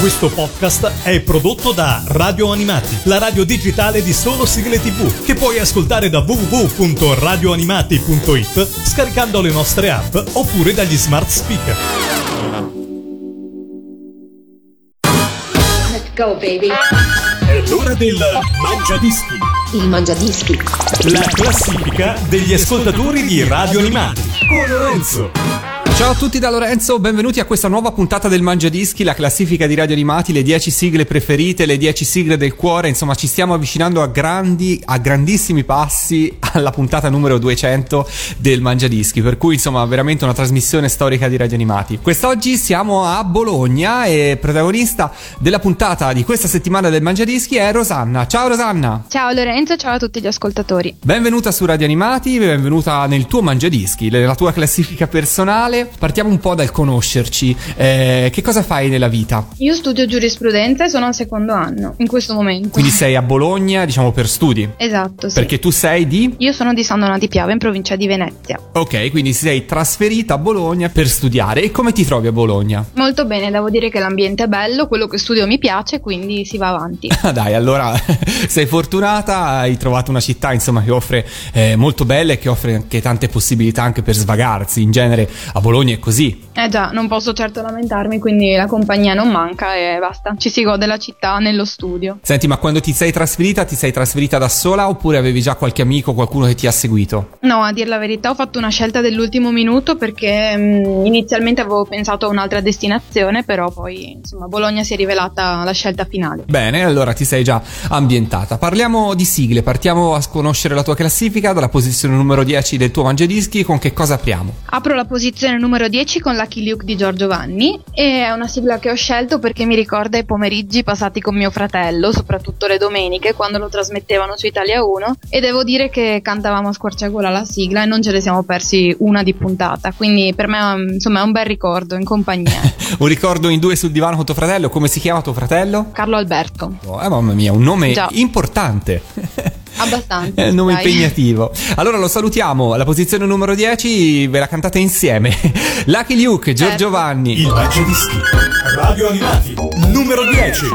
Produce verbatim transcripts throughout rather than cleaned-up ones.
Questo podcast è prodotto da Radio Animati, la radio digitale di solo sigle tivù, che puoi ascoltare da w w w punto radio animati punto i t scaricando le nostre app oppure dagli smart speaker. Let's go, baby. È l'ora del Mangiadischi. Il Mangiadischi. La classifica degli ascoltatori di Radio Animati con Lorenzo. Ciao a tutti da Lorenzo, benvenuti a questa nuova puntata del Mangiadischi, la classifica di Radio Animati, le dieci sigle preferite, le dieci sigle del cuore. Insomma, ci stiamo avvicinando a grandi, a grandissimi passi alla puntata numero duecento del Mangiadischi, per cui insomma veramente una trasmissione storica di Radio Animati. Quest'oggi siamo a Bologna e protagonista della puntata di questa settimana del Mangiadischi è Rosanna. Ciao Rosanna! Ciao Lorenzo, ciao a tutti gli ascoltatori. Benvenuta su Radio Animati, benvenuta nel tuo Mangiadischi, nella tua classifica personale. Partiamo un po' dal conoscerci. Eh, che cosa fai nella vita? Io studio giurisprudenza e sono al secondo anno in questo momento. Quindi sei a Bologna, diciamo, per studi? Esatto, sì. Perché tu sei di? Io sono di San Donato di Piave, in provincia di Venezia. Ok, quindi sei trasferita a Bologna per studiare. E come ti trovi a Bologna? Molto bene, devo dire che l'ambiente è bello, quello che studio mi piace, quindi si va avanti. Ah dai, allora sei fortunata, hai trovato una città insomma che offre eh, molto bella e che offre anche tante possibilità anche per svagarsi. In genere a Bologna è così. Eh già, non posso certo lamentarmi, quindi la compagnia non manca e basta, ci si gode la città nello studio. Senti, ma quando ti sei trasferita, ti sei trasferita da sola oppure avevi già qualche amico, qualcuno che ti ha seguito? No, a dir la verità ho fatto una scelta dell'ultimo minuto perché mh, inizialmente avevo pensato a un'altra destinazione, però poi insomma Bologna si è rivelata la scelta finale. Bene, allora ti sei già ambientata. Parliamo di sigle, partiamo a conoscere la tua classifica dalla posizione numero dieci del tuo Mangiadischi. Con che cosa apriamo? Apro la posizione numero dieci con Lucky Luke di Giorgio Vanni e è una sigla che ho scelto perché mi ricorda i pomeriggi passati con mio fratello, soprattutto le domeniche quando lo trasmettevano su Italia uno, e devo dire che cantavamo a squarciagola la sigla e non ce ne siamo persi una di puntata, quindi per me insomma è un bel ricordo in compagnia. Un ricordo in due sul divano con tuo fratello. Come si chiama tuo fratello? Carlo Alberto. Oh, eh, mamma mia, un nome Già. importante. Abbastanza. È un nome dai. impegnativo. Allora lo salutiamo. La posizione numero dieci ve la cantate insieme. Lucky Luke, Giorgio Certo. Vanni. Il Mangiadischi. Radio Animati numero dieci.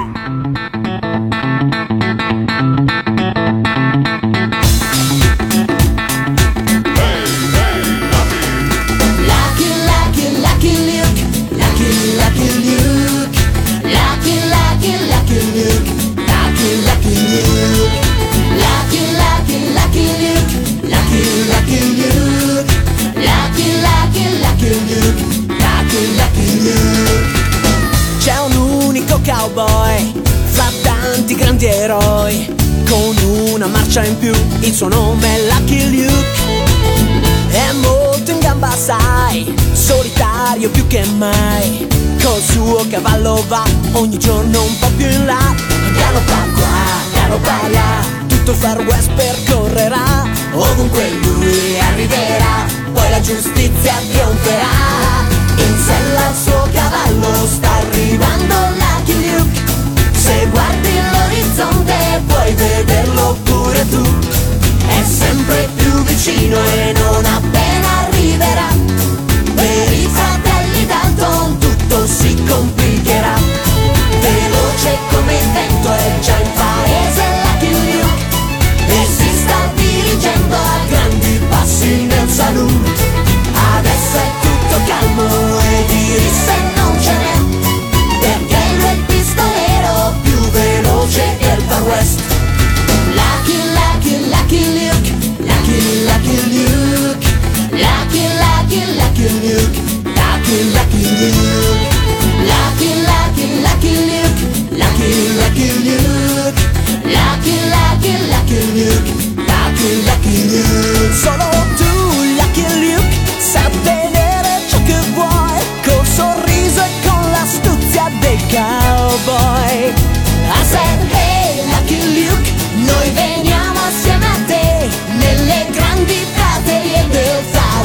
C'è un unico cowboy fra tanti grandi eroi, con una marcia in più, il suo nome è Lucky Luke. È molto in gamba, sai, solitario più che mai, col suo cavallo va ogni giorno un po' più in là. Galoppa qua, galoppa là, tutto il Far West percorrerà, ovunque lui arriverà, poi la giustizia trionferà. In sella al suo cavallo sta arrivando Lucky Luke, se guardi l'orizzonte puoi vederlo pure tu, è sempre più vicino e non appena arriverà, per i fratelli Dalton tutto si complicherà, veloce come il vento è già in paese Lucky Luke, e si sta dirigendo a grandi passi nel saloon. Adesso è tutto calmo e di risse non ce n'è, perché lui è il pistolero più veloce del Far West. Lucky, Lucky, Lucky Luke, Lucky, Lucky Luke, Lucky, Lucky, Lucky Luke, Lucky, Lucky Luke, Lucky, Lucky, Lucky Luke, Lucky, Lucky Luke, Lucky, Lucky, Lucky Luke, Lucky, Lucky Luke. Solo tu, Lucky Luke, sa vedere ciò che vuoi, col sorriso e con l'astuzia del cowboy. I said hey Lucky Luke, noi veniamo assieme a te nelle grandi praterie del Far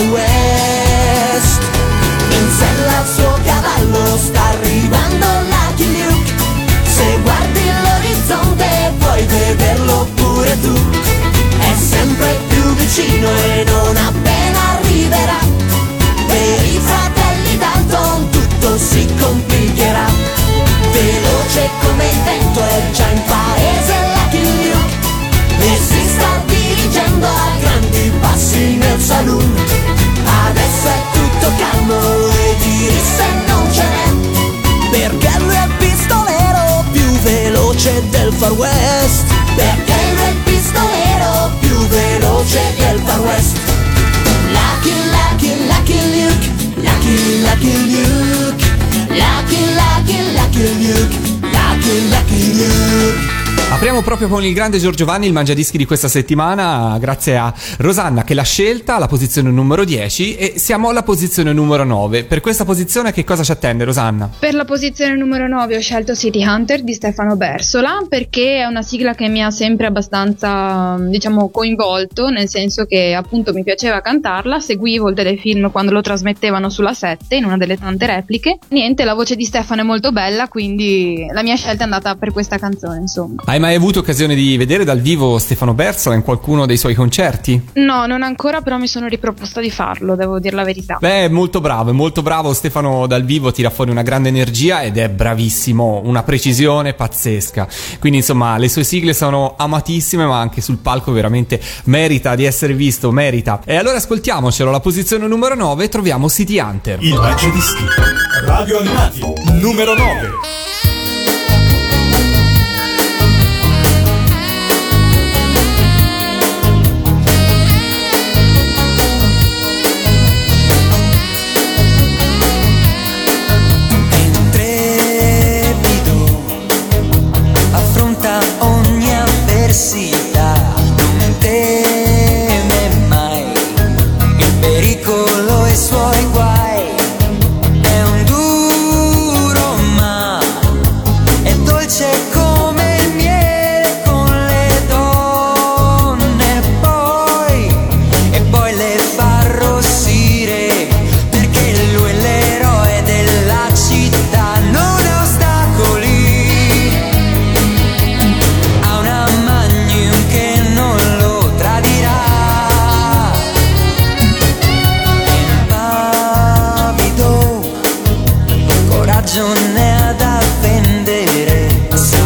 West. In sella al suo cavallo sta arrivando Lucky Luke, se guardi l'orizzonte puoi vederlo pure tu, è sempre più vicino e non appena arriverà, per i fratelli Dalton tutto si complicherà, veloce veloce come il vento, è già in paese Lucky Luke e si sta dirigendo a grandi passi nel saloon. Adesso è tutto calmo e di risse non ce n'è, perché lui è il pistolero più veloce del Far West, perché lui è il pistolero più veloce del Far West. Lucky, Lucky, Lucky Luke, Lucky, Lucky Luke, Lucky, Lucky, Lucky Luke, Lucky, Lucky Luke. Apriamo proprio con il grande Giorgiovanni il Mangiadischi di questa settimana, grazie a Rosanna che l'ha scelta alla posizione numero dieci, e siamo alla posizione numero nove. Per questa posizione che cosa ci attende, Rosanna? Per la posizione numero nove ho scelto City Hunter di Stefano Bersola, perché è una sigla che mi ha sempre abbastanza, diciamo, coinvolto, nel senso che appunto mi piaceva cantarla, seguivo il telefilm quando lo trasmettevano sulla sette in una delle tante repliche. Niente, la voce di Stefano è molto bella, quindi la mia scelta è andata per questa canzone, insomma. Hai mai avuto occasione di vedere dal vivo Stefano Bersola in qualcuno dei suoi concerti? No, non ancora, però mi sono riproposta di farlo, devo dire la verità. Beh, è molto bravo, è molto bravo. Stefano dal vivo tira fuori una grande energia ed è bravissimo, una precisione pazzesca. Quindi insomma le sue sigle sono amatissime, ma anche sul palco veramente merita di essere visto, merita. E allora ascoltiamocelo, alla posizione numero nove troviamo City Hunter. Il Mangiadischi, Radio Animati, numero nove. Non teme mai il pericolo e i suoi guai, è un duro ma è dolce come il miele con le donne, poi e poi le fa arrossire, perché lui è l'eroe della città, non ha ostacoli. Non è da vendere, sa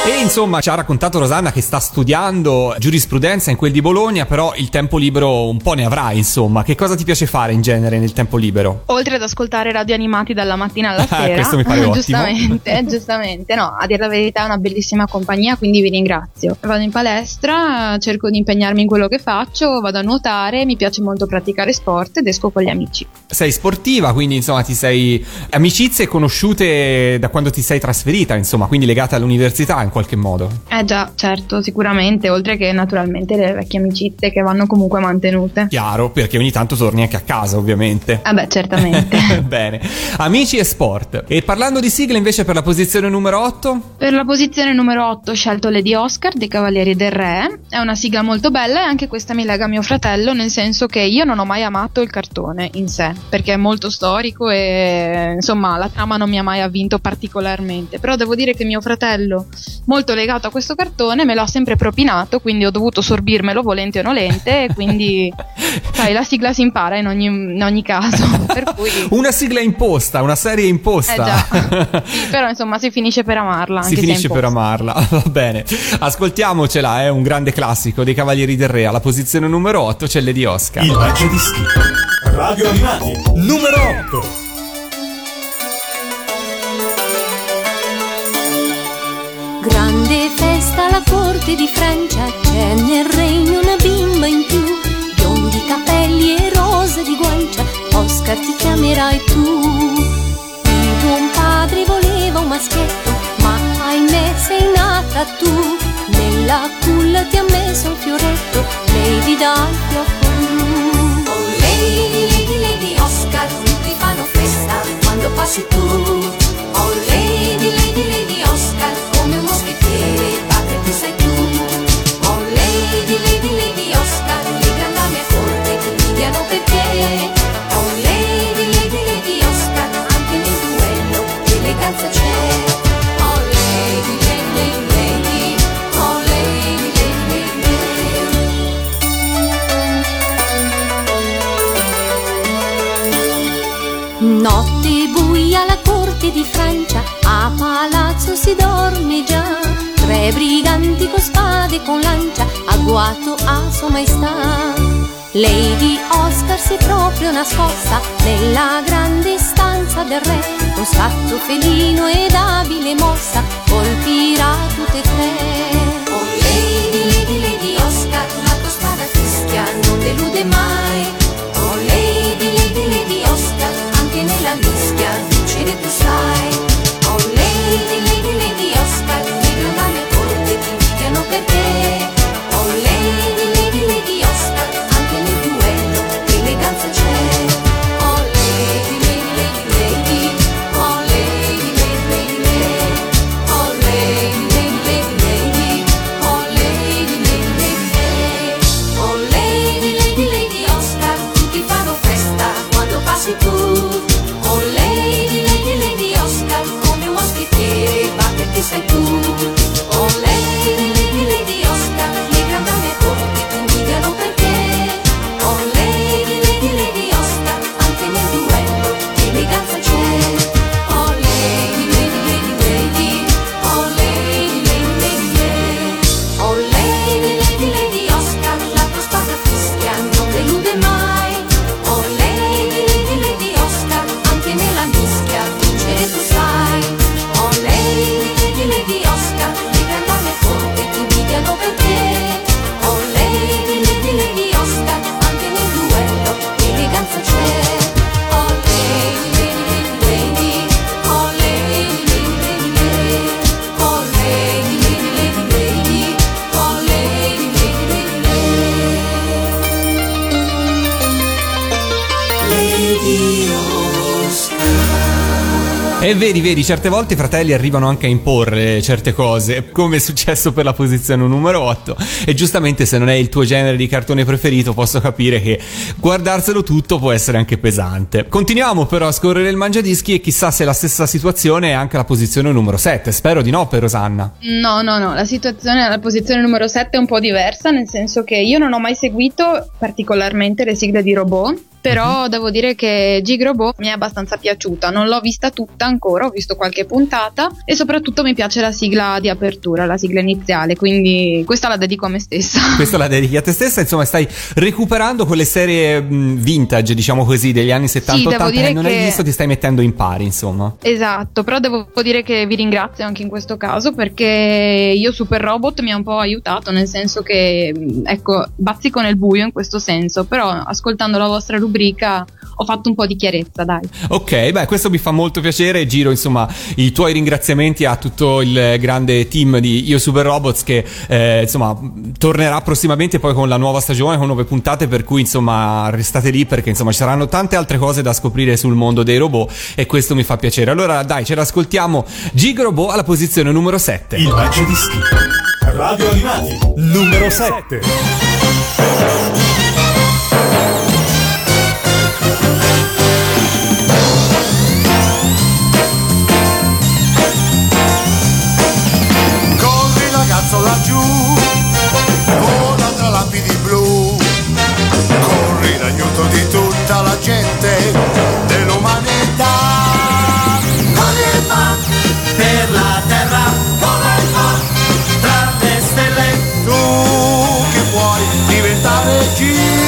E insomma ci ha raccontato Rosanna che sta studiando giurisprudenza in quel di Bologna, però il tempo libero un po' ne avrai, insomma. Che cosa ti piace fare in genere nel tempo libero? Oltre ad ascoltare radio animati dalla mattina alla sera, questo mi pare ottimo. giustamente, giustamente, no, a dire la verità è una bellissima compagnia, quindi vi ringrazio. Vado in palestra, cerco di impegnarmi in quello che faccio, vado a nuotare, mi piace molto praticare sport ed esco con gli amici. Sei sportiva, quindi insomma ti sei amicizie conosciute da quando ti sei trasferita, insomma, quindi legate all'università in qualche modo. Eh già, certo, sicuramente, oltre che naturalmente le vecchie amicizie che vanno comunque mantenute. Chiaro, perché ogni tanto torni anche a casa, ovviamente. Ah beh, certamente. Bene, amici e sport. E parlando di sigle invece per la posizione numero otto? Per la posizione numero otto ho scelto Lady Oscar dei Cavalieri del Re. È una sigla molto bella e anche questa mi lega a mio fratello, nel senso che io non ho mai amato il cartone in sé, perché è molto storico e insomma la trama non mi ha mai avvinto particolarmente, però devo dire che mio fratello, molto legato a questo cartone, me l'ha sempre propinato, quindi ho dovuto sorbirmelo volente o nolente, e quindi sai, la sigla si impara in ogni, in ogni caso, per cui una sigla imposta, una serie imposta. Eh già. Sì, però insomma si finisce per amarla, anche si finisce se per amarla. Va bene, ascoltiamocela, è un grande classico dei Cavalieri del Re. Alla posizione numero otto c'è Lady Oscar. Il Mangiadischi Radio Animati numero otto. Grande festa alla corte di Francia, c'è nel regno una bimba in più, biondi capelli e rosa di guancia, Oscar ti chiamerai tu. Il buon padre voleva un maschietto, ma ahimè sei nata tu, nella culla ti ha messo un fioretto, Lady dal fiocco blu. Oh Lady, Lady, Lady Oscar, tutti fanno festa quando passi tu. Oh Lady, Lady, Lady Oscar, come un moschettiere, padre tu sei tu. Oh Lady, Lady, Lady Oscar, le grandi dame a corte ti invidiano per te. Oh Lady, Lady, Lady Oscar, anche nel duello l'eleganza c'è. Oh Lady, Lady, Lady, Lady, oh Lady, Lady, Lady, Lady. Notte buia alla corte di Francia, a palazzo si dorme già, tre briganti con spade e con lancia, agguato a sua maestà. Lady Oscar si è proprio nascosta nella grande stanza del re, con scatto felino ed abile mossa colpirà tutte e tre. Oh Lady, Lady, Lady Oscar, la tua spada fischia non delude mai. Oh Lady, Lady, Lady Oscar, anche nella mischia vincere tu sai. Oh Lady, Lady, Lady Oscar, le grandi a corte ti invidiano per te. Oh Lady, Lady, Lady Oscar, anche nel duello l'eleganza c'è. Oh Lady, Lady, Lady, Lady, oh Lady, Lady, Lady, Lady, oh Lady, Lady, Lady, Lady, oh Lady, Lady, Lady, Lady. Oh Lady, Lady, Lady Oscar, tutti fanno festa quando passi tu. Oh Lady, Lady, Lady Oscar, come un moschettiere, batterti sei tu. Oh Lady, Lady, Lady Oscar, le grandi dame a corte ti invidiano per te. Oh Lady, Lady, Lady Oscar, anche nel duello l'eleganza c'è. Oh Lady, Lady, Lady, Lady, oh Lady, Lady, Lady, Lady. Oh Lady, Lady, Lady Oscar, la tua spada fischia non delude mai. Oh Lady, Lady, Lady Oscar, anche nella mischia vincere tu sai. Oh Lady, Lady, Lady Oscar, le grandi dame a corte ti invidiano per te. Oh Lady, Lady, Lady Oscar, anche nel duello l'eleganza c'è. Oh Lady, Lady, Lady, Lady, oh Lady, Lady, Lady, Lady, oh Lady, Lady, Lady, Lady, oh Lady, Lady, Lady, Lady. Lady Oscar. E vedi, vedi, certe volte i fratelli arrivano anche a imporre certe cose, come è successo per la posizione numero otto. E giustamente, se non è il tuo genere di cartone preferito, posso capire che guardarselo tutto può essere anche pesante. Continuiamo però a scorrere il Mangiadischi e chissà se la stessa situazione è anche la posizione numero sette. Spero di no per Rosanna. No, no, no, la situazione alla posizione numero sette è un po' diversa, nel senso che io non ho mai seguito particolarmente le sigle di Robot, però devo dire che Gig Robot mi è abbastanza piaciuta, non l'ho vista tutta ancora, ho visto qualche puntata e soprattutto mi piace la sigla di apertura, la sigla iniziale, quindi questa la dedico a me stessa. Questa la dedichi a te stessa, insomma stai recuperando quelle serie mh, vintage, diciamo così, degli anni settanta ottanta sì, che non che... hai visto, ti stai mettendo in pari, insomma. Esatto, però devo dire che vi ringrazio anche in questo caso, perché io Super Robot mi ha un po' aiutato, nel senso che, ecco, bazzico nel buio in questo senso, però ascoltando la vostra rubrica ho fatto un po' di chiarezza, dai. Ok, beh, questo mi fa molto piacere. Giro insomma i tuoi ringraziamenti a tutto il grande team di Io Super Robots, che eh, insomma tornerà prossimamente poi con la nuova stagione, con nuove puntate, per cui insomma restate lì, perché insomma ci saranno tante altre cose da scoprire sul mondo dei robot e questo mi fa piacere. Allora dai, ce l'ascoltiamo. Gig Robot alla posizione numero sette. Il Mangiadischi Radio Animati numero sette. Laggiù, vola tra lapidi blu, corri l'aiuto di tutta la gente dell'umanità. Come fa per la terra, come fa tra le stelle, tu che puoi diventare G.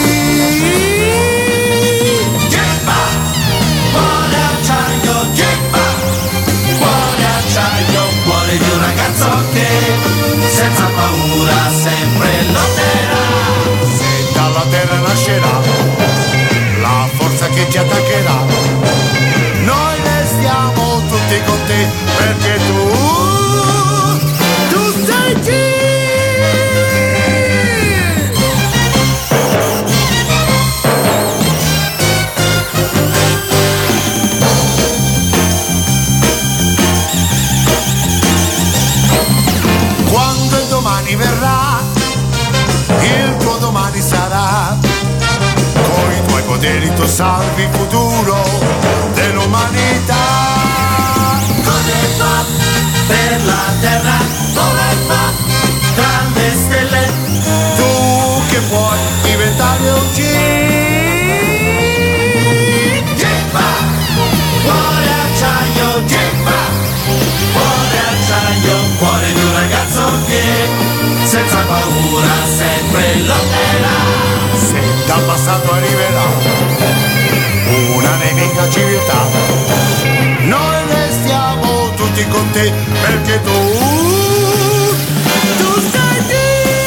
Gemma, cuore acciaio, Gemma, cuore acciaio, cuore di un ragazzo che senza paura sempre lotterà. Se dalla terra nascerà la forza che ci attaccherà, noi restiamo tutti con te, perché tu, tu sei G. Quando il domani verrà, il tuo domani sarà, con i tuoi poteri tu salvi il futuro dell'umanità. Come fa per la terra, come fa tra le stelle, tu che puoi diventare un G. Gemma, cuore acciaio, Gemma, cuore acciaio, cuore di un ragazzo che senza paura sempre lotterà. Se dal passato arriverà una nemica civiltà, noi restiamo tutti con te, perché tu, tu sei Dio.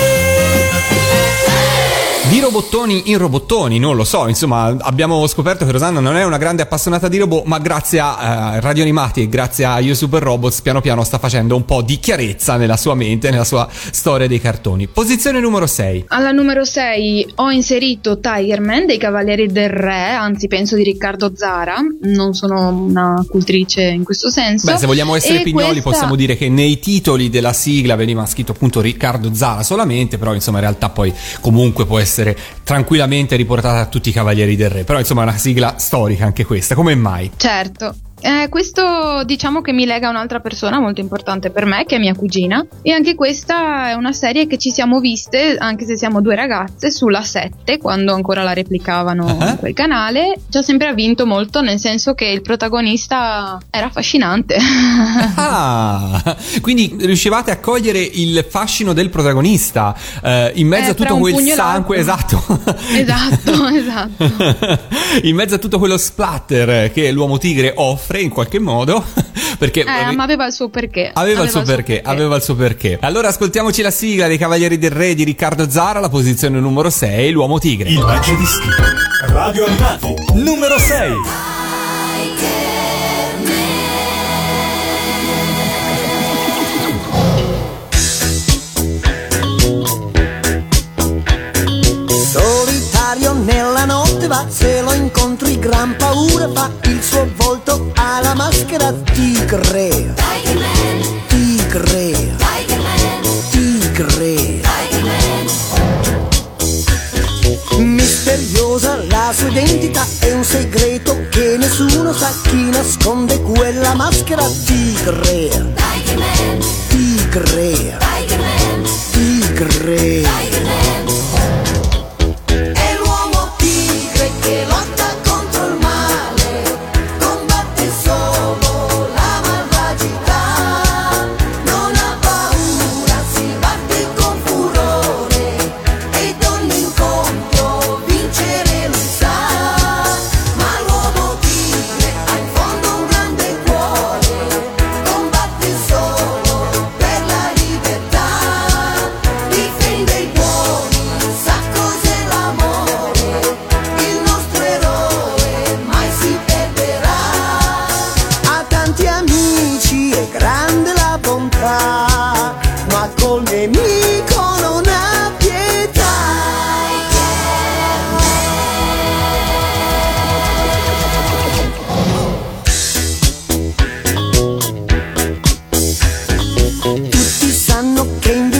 Di robottoni in robottoni, non lo so, insomma abbiamo scoperto che Rosanna non è una grande appassionata di robot, ma grazie a uh, Radio Animati e grazie a Io Super Robots piano piano sta facendo un po' di chiarezza nella sua mente, nella sua storia dei cartoni. Posizione numero sei. Alla numero sei ho inserito Tiger Man dei Cavalieri del Re, anzi penso di Riccardo Zara, non sono una cultrice in questo senso. Beh, se vogliamo essere e pignoli questa... possiamo dire che nei titoli della sigla veniva scritto appunto Riccardo Zara solamente, però insomma in realtà poi comunque può essere tranquillamente riportata a tutti i Cavalieri del Re, però insomma è una sigla storica anche questa, come mai? Certo. Eh, questo diciamo che mi lega a un'altra persona molto importante per me, che è mia cugina, e anche questa è una serie che ci siamo viste, anche se siamo due ragazze, sulla sette, quando ancora la replicavano uh-huh. in quel canale. Ci ha sempre vinto molto, nel senso che il protagonista era affascinante. Ah, quindi riuscivate a cogliere il fascino del protagonista eh, in mezzo eh, a tutto quel sangue, esatto. Esatto, esatto. In mezzo a tutto quello splatter che l'uomo tigre offre in qualche modo, perché eh, ma aveva il suo perché. Aveva, aveva il suo perché, perché, aveva il suo perché. Allora ascoltiamoci la sigla dei Cavalieri del Re di Riccardo Zara, la posizione numero sei, l'uomo tigre. Il Mangiadischi Radio Animati numero sei. Solitario nella notte va, se lo incontri gran paura fa, il suo volto ha la maschera tigre. Tigre. Tigre. Misteriosa la sua identità, è un segreto che nessuno sa, chi nasconde quella maschera tigre. Tigre. Tigre. Che lotta contro il male, combatte solo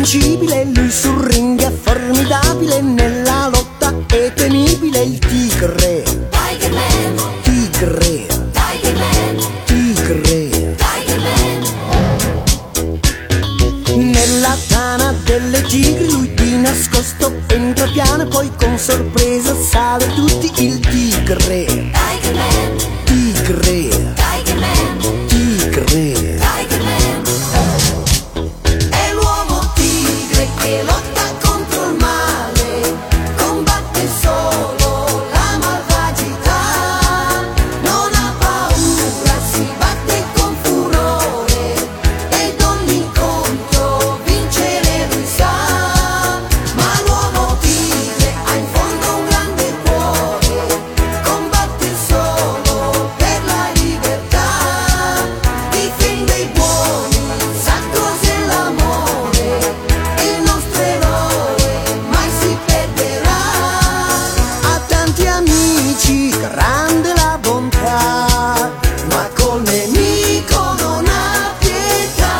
invincibile, lui sul ring è formidabile, nella lotta è temibile il tigre. Tiger Man. Tigre. Tiger Man. Tigre. Tiger Man. Nella tana delle tigri lui di nascosto entra piano e poi con sorpresa sale tutti il tigre. Tiger Man. Tigre. Tiger Man. Tigre. Tiger Man. È l'uomo tigre che lotta contro il male, combatte solo la malvagità, non ha paura, si batte con furore ed ogni incontro vincere lui sa. Ma l'uomo tigre ha in fondo un grande cuore, combatte solo per la libertà, difende i buoni, sa cos'è l'amore, il nostro eroe mai si perderà. Ha tanti amici, grande la bontà, ma col nemico non ha pietà.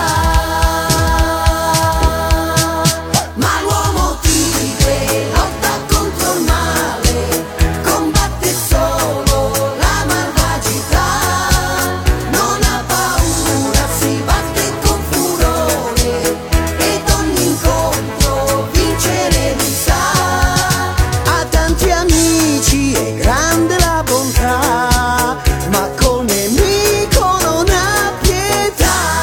Ma l'uomo tigre lotta contro il male, combatte solo la malvagità, non ha paura, si batte con furore ed ogni incontro vincere lui sa. Ha tanti amici, è grande la bontà, ma col nemico non ha pietà.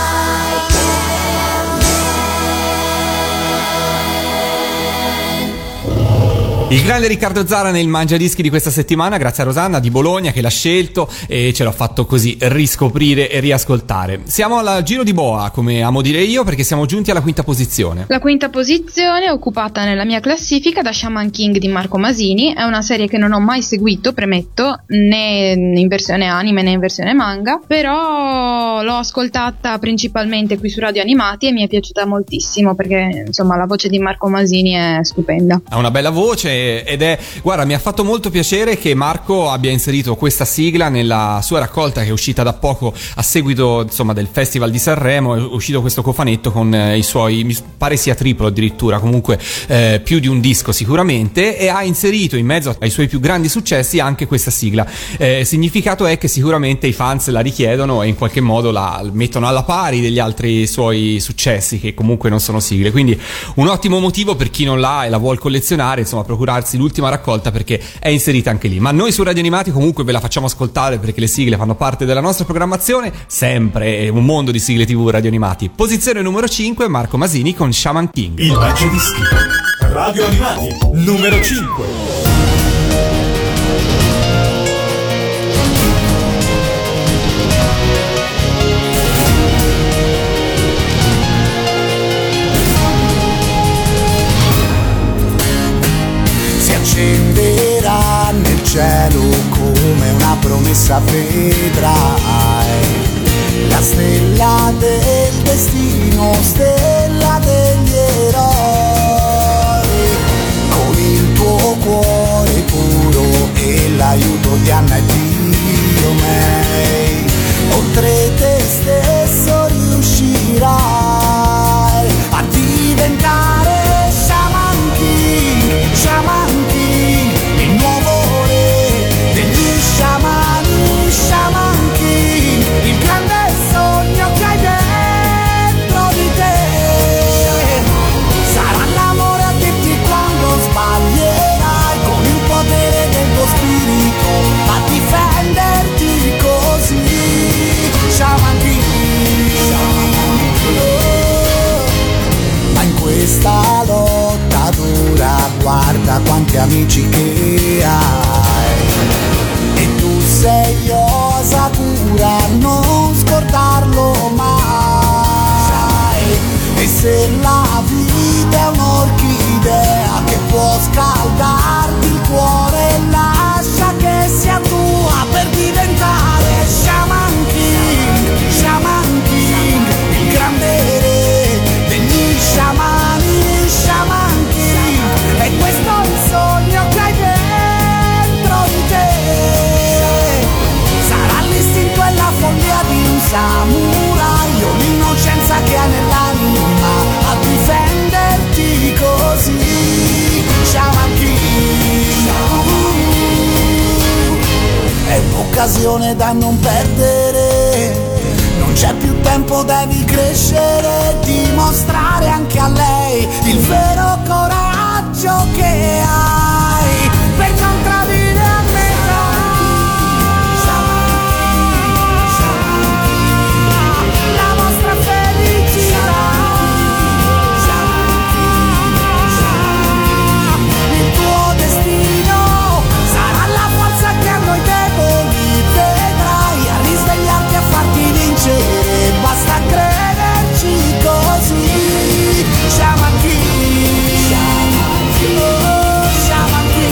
Il grande Riccardo Zara nel Mangiadischi di questa settimana, grazie a Rosanna di Bologna che l'ha scelto e ce l'ha fatto così riscoprire e riascoltare. Siamo al giro di boa, come amo dire io, perché siamo giunti alla quinta posizione. La quinta posizione è occupata nella mia classifica da Shaman King di Marco Masini. È una serie che non ho mai seguito, premetto, né in versione anime né in versione manga, però l'ho ascoltata principalmente qui su Radio Animati e mi è piaciuta moltissimo perché insomma la voce di Marco Masini è stupenda. Ha una bella voce ed è, guarda, mi ha fatto molto piacere che Marco abbia inserito questa sigla nella sua raccolta che è uscita da poco a seguito insomma del Festival di Sanremo. È uscito questo cofanetto con eh, i suoi, mi pare sia triplo addirittura, comunque eh, più di un disco sicuramente, e ha inserito in mezzo ai suoi più grandi successi anche questa sigla. Eh, significato è che sicuramente i fans la richiedono e in qualche modo la mettono alla pari degli altri suoi successi che comunque non sono sigle, quindi un ottimo motivo per chi non l'ha e la vuol collezionare, insomma procurarsi l'ultima raccolta perché è inserita anche lì. Ma noi su Radio Animati comunque ve la facciamo ascoltare perché le sigle fanno parte della nostra programmazione, sempre un mondo di sigle tivù Radio Animati. Posizione numero cinque, Marco Masini con Shaman King. Il Mangiadischi Radio Animati numero cinque. Scenderà nel cielo come una promessa, vedrai la stella del destino, stella degli eroi, con il tuo cuore puro e l'aiuto di Anna e Diomei, oltre te stesso riuscirai a diventare Shaman King, Shaman King, il nuovo re degli sciamani, Shaman King, il grande sogno che hai dentro di te. Sarà l'amore a dirti quando sbaglierai, con il potere del tuo spirito a difenderti così, Shaman King, Shaman King. Ma in questa lotta dura guarda quanti amici che hai, e tu sei Osakura, non scordarlo mai. E se la vita è un'orchidea che può scaldarti il cuore, lascia che sia tua per diventare Shaman King, Shaman King, il grande re degli sciamani, Shaman King. E questo è il sogno che hai dentro di te. Sarà l'istinto e la follia di un samurai, o l'innocenza che ha nell'anima a difendere occasione da non perdere. Non c'è più tempo, devi crescere, dimostrare anche a lei il vero coraggio che hai per non tradire a metà. La vostra felicità, il tuo destino sarà la forza che a noi deboli vedrai a risvegliarti, a farti vincere, basta crederci così. Siamo qui, oh, siamo qui.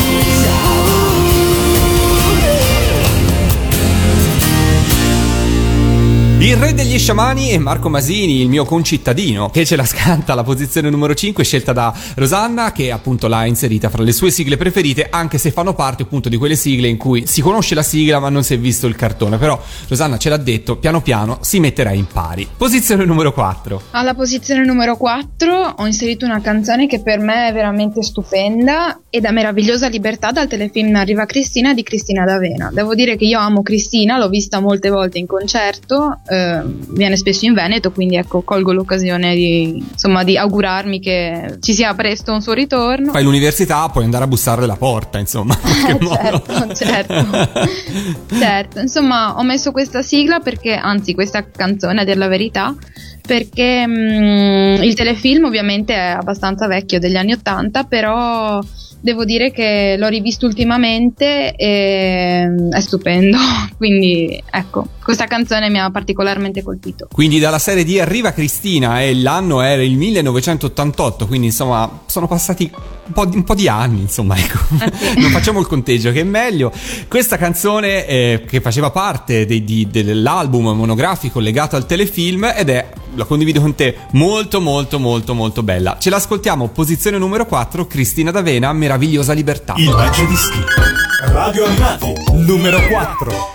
Il re degli sciamani è Marco Masini, il mio concittadino, che ce la scanta alla posizione numero cinque, scelta da Rosanna, che appunto l'ha inserita fra le sue sigle preferite, anche se fanno parte appunto di quelle sigle in cui si conosce la sigla ma non si è visto il cartone. Però Rosanna ce l'ha detto, piano piano si metterà in pari. Posizione numero quattro. Alla posizione numero quattro ho inserito una canzone che per me è veramente stupenda ed è Meravigliosa Libertà dal telefilm Arriva Cristina di Cristina D'Avena. Devo dire che io amo Cristina, l'ho vista molte volte in concerto, eh, viene spesso in Veneto, quindi ecco, colgo l'occasione di, insomma, di augurarmi che ci sia presto un suo ritorno. Fai l'università, puoi andare a bussare alla porta, insomma. Eh, certo, certo. Certo, insomma, ho messo questa sigla perché, anzi questa canzone a dir la verità, perché mh, il telefilm ovviamente è abbastanza vecchio, degli anni ottanta, però devo dire che l'ho rivisto ultimamente e è stupendo, quindi ecco, questa canzone mi ha particolarmente colpito. Quindi dalla serie di Arriva Cristina, e l'anno era il millenovecentottantotto, quindi insomma sono passati un po' di, un po' di anni, insomma, ecco. Eh sì. Non facciamo il conteggio, che è meglio. Questa canzone eh, che faceva parte dei, di, dell'album monografico legato al telefilm, ed è, la condivido con te, molto molto molto molto bella. Ce l'ascoltiamo, posizione numero quattro, Cristina D'Avena, Meravigliosa Libertà. Il Mangiadischi. Radio Animati, numero quattro.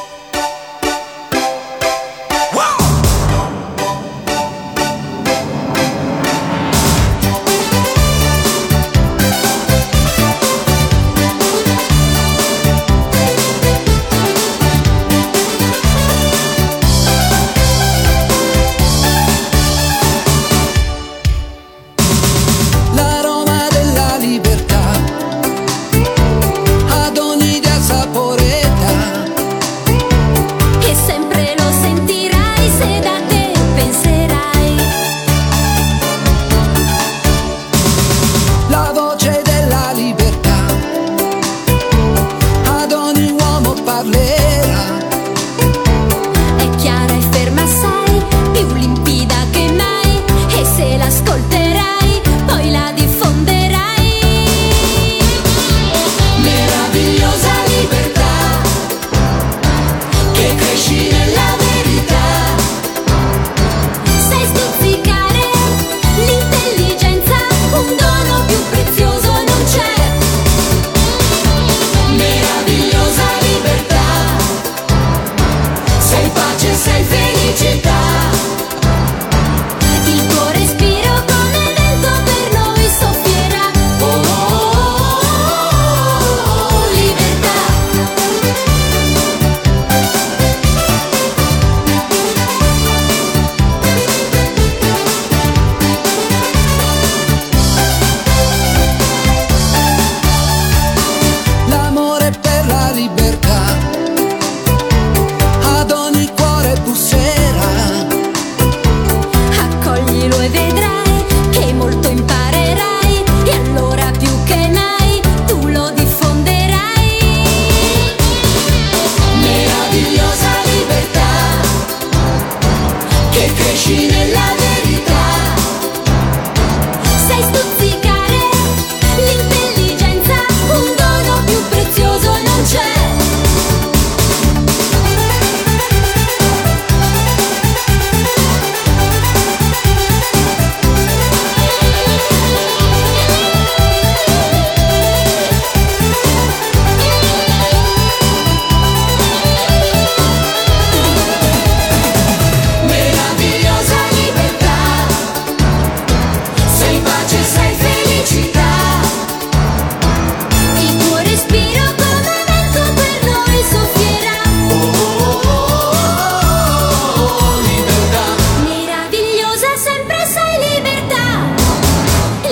L'aroma della libertà ad ogni idea saporeta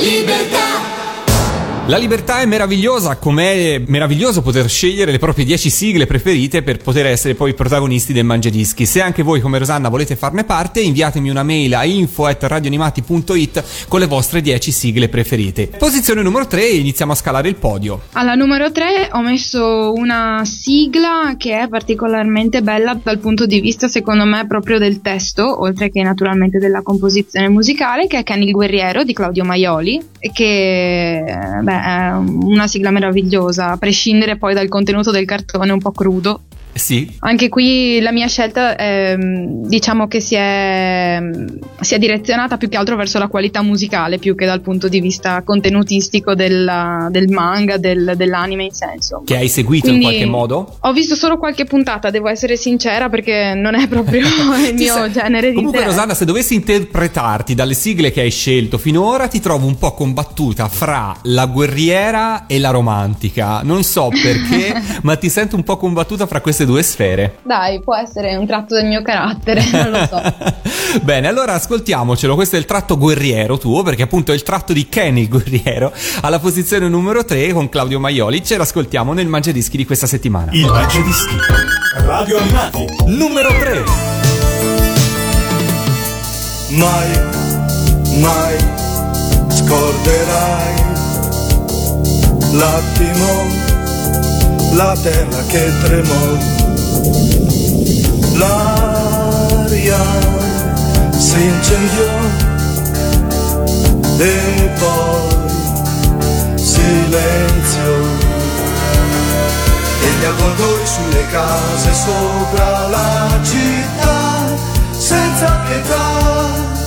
libertà. La libertà è meravigliosa, com'è meraviglioso poter scegliere le proprie dieci sigle preferite per poter essere poi protagonisti del Mangiadischi. Se anche voi come Rosanna volete farne parte, inviatemi una mail a info at radioanimati punto it con le vostre dieci sigle preferite. Posizione numero tre, iniziamo a scalare il podio. Alla numero tre ho messo una sigla che è particolarmente bella dal punto di vista, secondo me, proprio del testo, oltre che naturalmente della composizione musicale, che è Kenny il Guerriero di Claudio Maioli, che beh, è una sigla meravigliosa, a prescindere poi dal contenuto del cartone un po' crudo. Sì. Anche qui la mia scelta è, diciamo che si è, si è direzionata più che altro verso la qualità musicale più che dal punto di vista contenutistico della, del manga, del, dell'anime in senso. Che hai seguito Quindi, in qualche modo? Ho visto solo qualche puntata, devo essere sincera, perché non è proprio il mio sa- genere di Comunque interesse. Rosanna, se dovessi interpretarti dalle sigle che hai scelto finora, ti trovo un po' combattuta fra la guerriera e la romantica. Non so perché, ma ti sento un po' combattuta fra queste due sfere. Dai, può essere un tratto del mio carattere, non lo so. Bene, allora ascoltiamocelo. Questo è il tratto guerriero tuo, perché appunto è il tratto di Kenny il Guerriero, alla posizione numero tre con Claudio Maioli. Ce l'ascoltiamo nel Mangiadischi di questa settimana. Il Mangiadischi, Radio Animati, numero tre. Mai, mai scorderai l'attimo, la terra che tremò, l'aria si incendiò e poi silenzio e gli avvoltoi sulle case sopra la città senza pietà.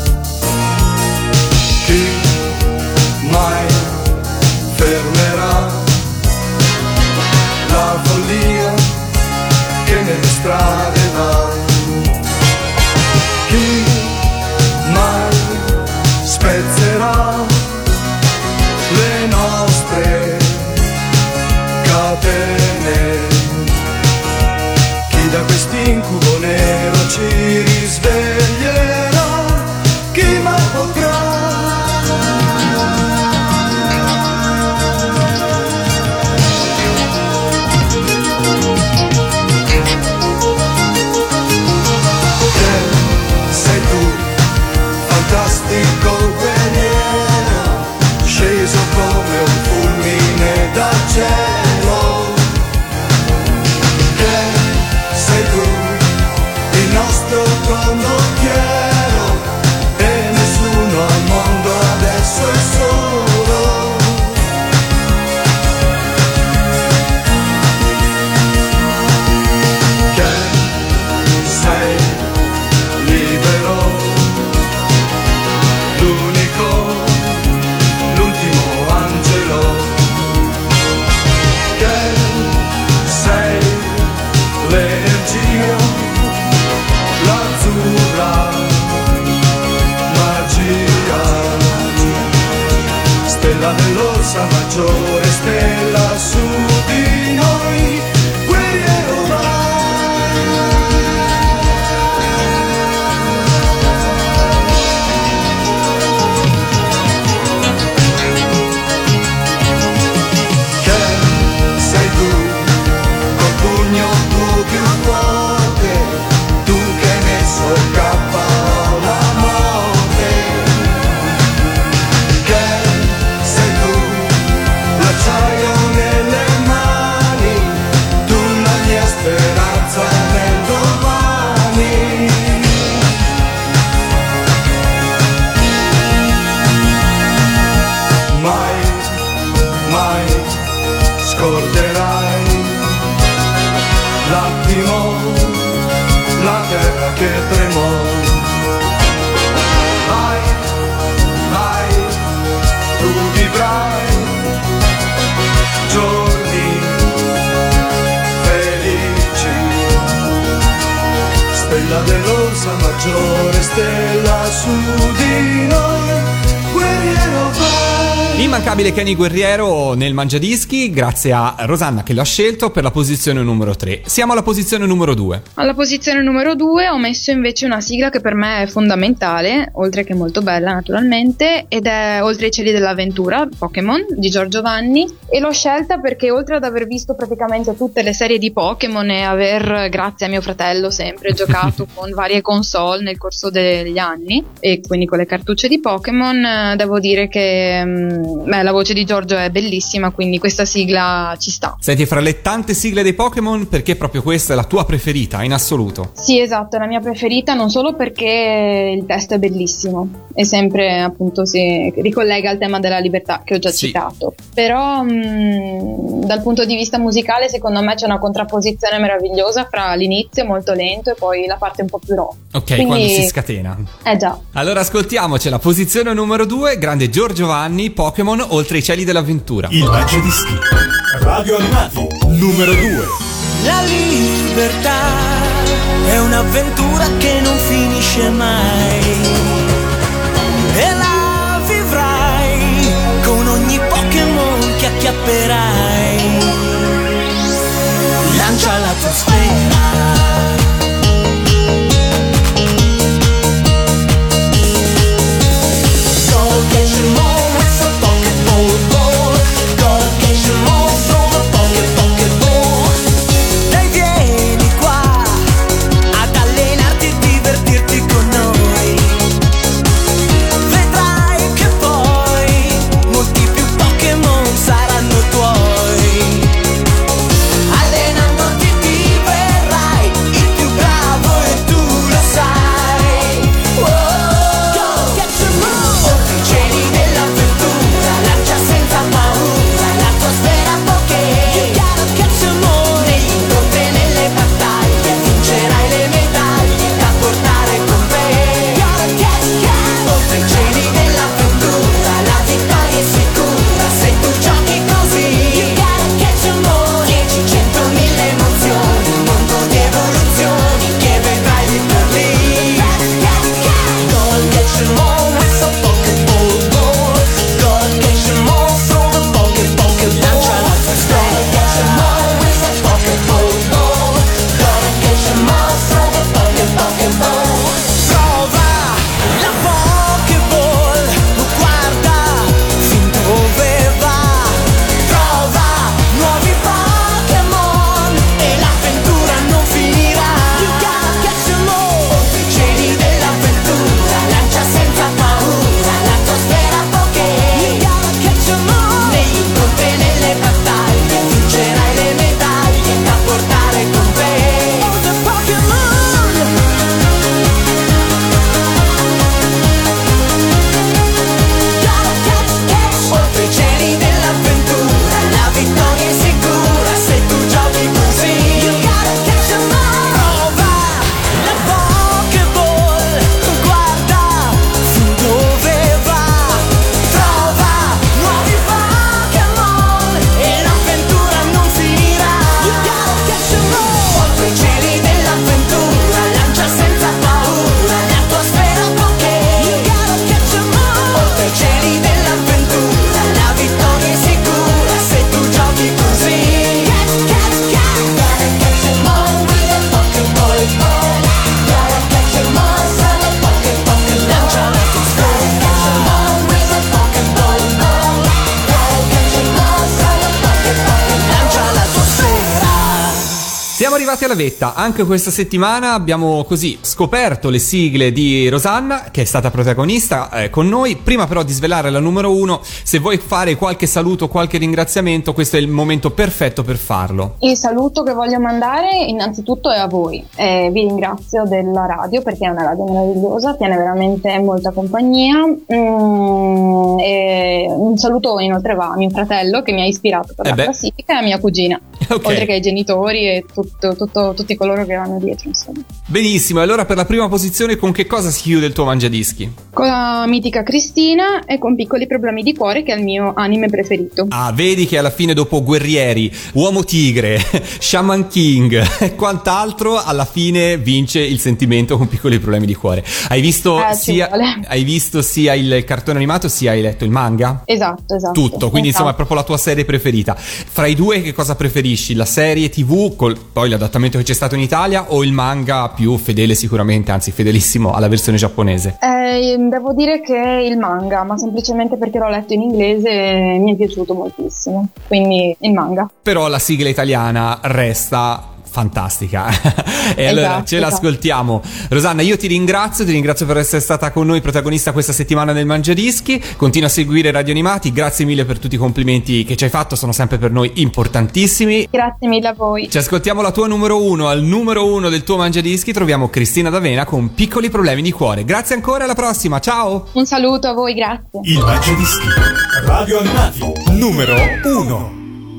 Chi mai fermerà la follia che nelle strade va? Chi mai spezzerà le nostre catene? Chi da quest'incubo nero ci risveglierà? Chi mai potrà? Fantastico guerriero, sceso come un fulmine dal cielo. Che sei tu, il nostro condottiero, e nessuno al mondo adesso è solo. Che sei libero, l'unico, l'ultimo angelo. Che sei l'energia, l'azzurra magia, stella dell'Orsa Maggiore, stella su di noi, guerriero vai. Più forte, tu che hai messo cappa la morte. Che sei tu, l'acciaio nelle mani, tu la mia speranza nel domani. Mai, mai scorderai l'attimo, la terra che tremò. Mai, mai tu vivrai giorni felici. Stella dell'Orsa Maggiore, stella su di noi, guerriero vai. Immancabile Kenny Guerriero nel Mangiadischi, grazie a Rosanna che l'ha scelto per la posizione numero tre. Siamo alla posizione numero due. Alla posizione numero due ho messo invece una sigla che per me è fondamentale, oltre che molto bella naturalmente, ed è Oltre i cieli dell'avventura, Pokémon, di Giorgio Vanni, e l'ho scelta perché oltre ad aver visto praticamente tutte le serie di Pokémon e aver, grazie a mio fratello, sempre giocato con varie console nel corso degli anni, e quindi con le cartucce di Pokémon, devo dire che mh, beh, la voce di Giorgio è bellissima, quindi questa sigla ci sta. Senti, fra le tante sigle dei Pokémon, perché proprio questa è la tua preferita in assoluto? Sì, esatto, è la mia preferita, non solo perché il testo è bellissimo e sempre appunto si ricollega al tema della libertà che ho già sì. citato, però mh, dal punto di vista musicale secondo me c'è una contrapposizione meravigliosa fra l'inizio molto lento e poi la parte un po' più rock. Ok, quindi... quando si scatena. Eh già. Allora ascoltiamoci la posizione numero due, grande Giorgio Vanni, Pokémon Oltre i cieli dell'avventura. Il Mangiadischi, Radio Animati, numero due. La libertà è un'avventura che non finisce mai e la vivrai con ogni Pokémon che acchiapperai. Lancia la tua sfera. Siamo arrivati alla vetta, anche questa settimana abbiamo così scoperto le sigle di Rosanna, che è stata protagonista eh, con noi. Prima però di svelare la numero uno, se vuoi fare qualche saluto, qualche ringraziamento, questo è il momento perfetto per farlo. Il saluto che voglio mandare innanzitutto è a voi, eh, vi ringrazio della radio perché è una radio meravigliosa, tiene veramente molta compagnia, mm, e un saluto inoltre va a mio fratello che mi ha ispirato per eh la beh. classifica e a mia cugina, Okay. oltre che ai genitori e tutto, tutto, tutti coloro che vanno dietro, insomma. Benissimo, allora per la prima posizione con che cosa si chiude il tuo Mangiadischi? Con la mitica Cristina e con Piccoli problemi di cuore, che è il mio anime preferito. Ah, vedi che alla fine dopo Guerrieri, Uomo Tigre, Shaman King e quant'altro, alla fine vince il sentimento con Piccoli problemi di cuore. Hai visto, Eh, sia, hai visto sia il cartone animato sia hai letto il manga? Esatto. Esatto, esatto. Tutto, quindi esatto. insomma è proprio la tua serie preferita. Fra i due che cosa preferisci? La serie tivù, col, poi l'adattamento che c'è stato in Italia, o il manga più fedele sicuramente, anzi fedelissimo alla versione giapponese? Eh, devo dire che il manga, ma semplicemente perché l'ho letto in inglese e mi è piaciuto moltissimo, quindi il manga. Però la sigla italiana resta fantastica. E allora Esatto, ce esatto. l'ascoltiamo. Rosanna, io ti ringrazio, ti ringrazio per essere stata con noi protagonista questa settimana del Mangiadischi. Continua a seguire Radio Animati, grazie mille per tutti i complimenti che ci hai fatto, sono sempre per noi importantissimi. Grazie mille a voi. Ci ascoltiamo la tua numero uno. Al numero uno del tuo Mangiadischi troviamo Cristina D'Avena con Piccoli problemi di cuore. Grazie ancora, alla prossima, ciao. Un saluto a voi, grazie. Il Mangiadischi, Radio Animati, numero uno.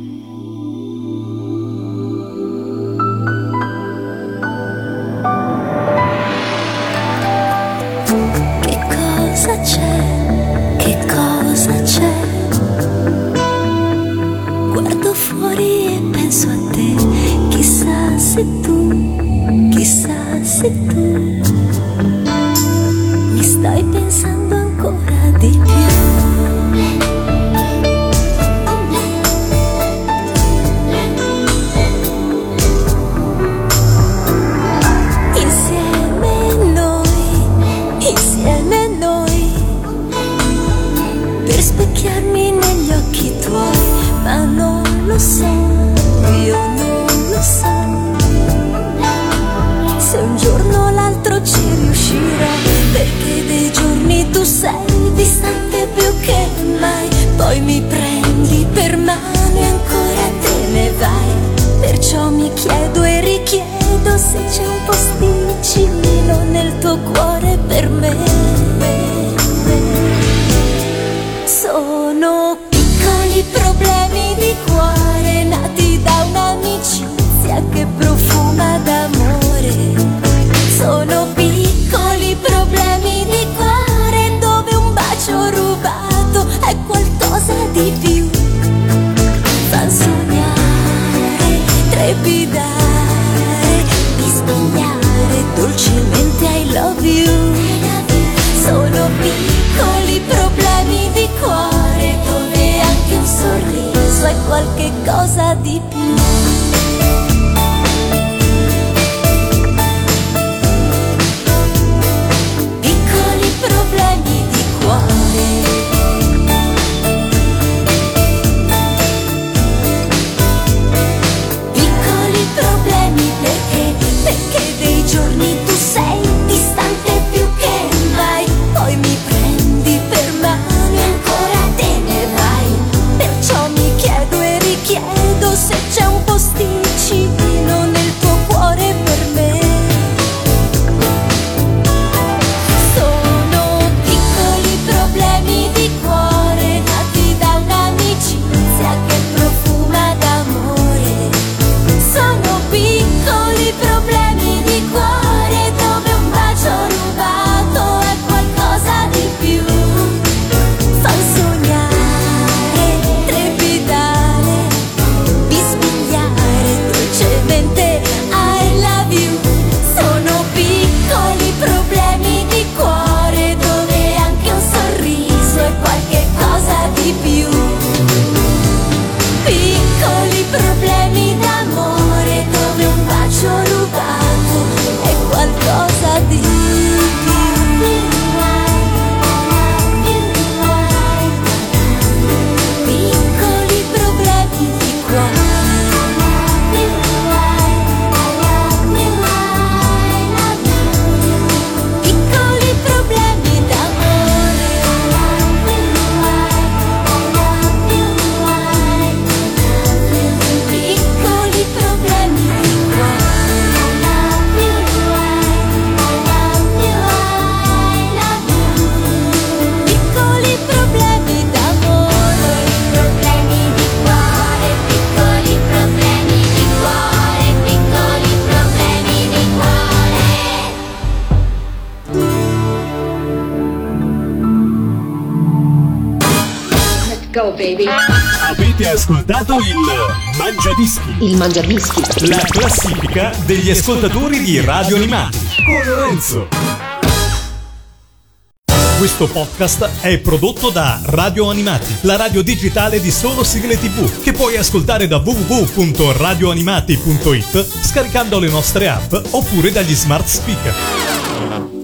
Cosa c'è? Che cosa c'è? Guardo fuori e penso a te. Chissà se tu, chissà se tu mi stai pensando ancora di più. Specchiarmi negli occhi tuoi, ma non lo so, io non lo so, se un giorno o l'altro ci riuscirò, perché dei giorni tu sei distante più che mai, poi mi prendi per mano e ancora te ne vai, perciò mi chiedo e richiedo se c'è un posticino nel tuo cuore per me. Sono piccoli problemi di cuore nati da un'amicizia che profuma d'amore. Sono piccoli problemi di cuore dove un bacio rubato è qualcosa di più. Fan sognare, trepidare, bisbigliare dolcemente I love you. Sono piccoli problemi di cuore dove anche un sorriso è qualche cosa di più. Piccoli problemi di cuore. Piccoli problemi perché, perché dei giorni tu sei distante più che mai, poi mi prendi per mano e ancora te ne vai, perciò mi chiedo e richiedo se c'è un posticino nel tuo cuore per me. Sono piccoli problemi di cuore nati da un'amicizia che profuma d'amore. Sono piccoli problemi di cuore dove un bacio rubato è qualcosa di più. Fan sognare, trepidare, bisbigliare dolcemente I love you. Sono piccoli problemi di cuore dove anche un sorriso è qualche cosa di più. Piccoli problemi d'amore dove un bacio rubato è qualcosa di più. Piccoli problemi di cuore. Piccoli problemi d'amore. Piccoli problemi di cuore. Piccoli problemi d'amore. Problemi di cuore, piccoli problemi di cuore, piccoli problemi di cuore. Let's go, baby. Avete ascoltato il Mangiadischi, Il Mangiadischi. la classifica degli ascoltatori di Radio Animati con Lorenzo. Questo podcast è prodotto da Radio Animati, la radio digitale di solo sigle tivù, che puoi ascoltare da w w w punto radio animati punto it scaricando le nostre app oppure dagli smart speaker.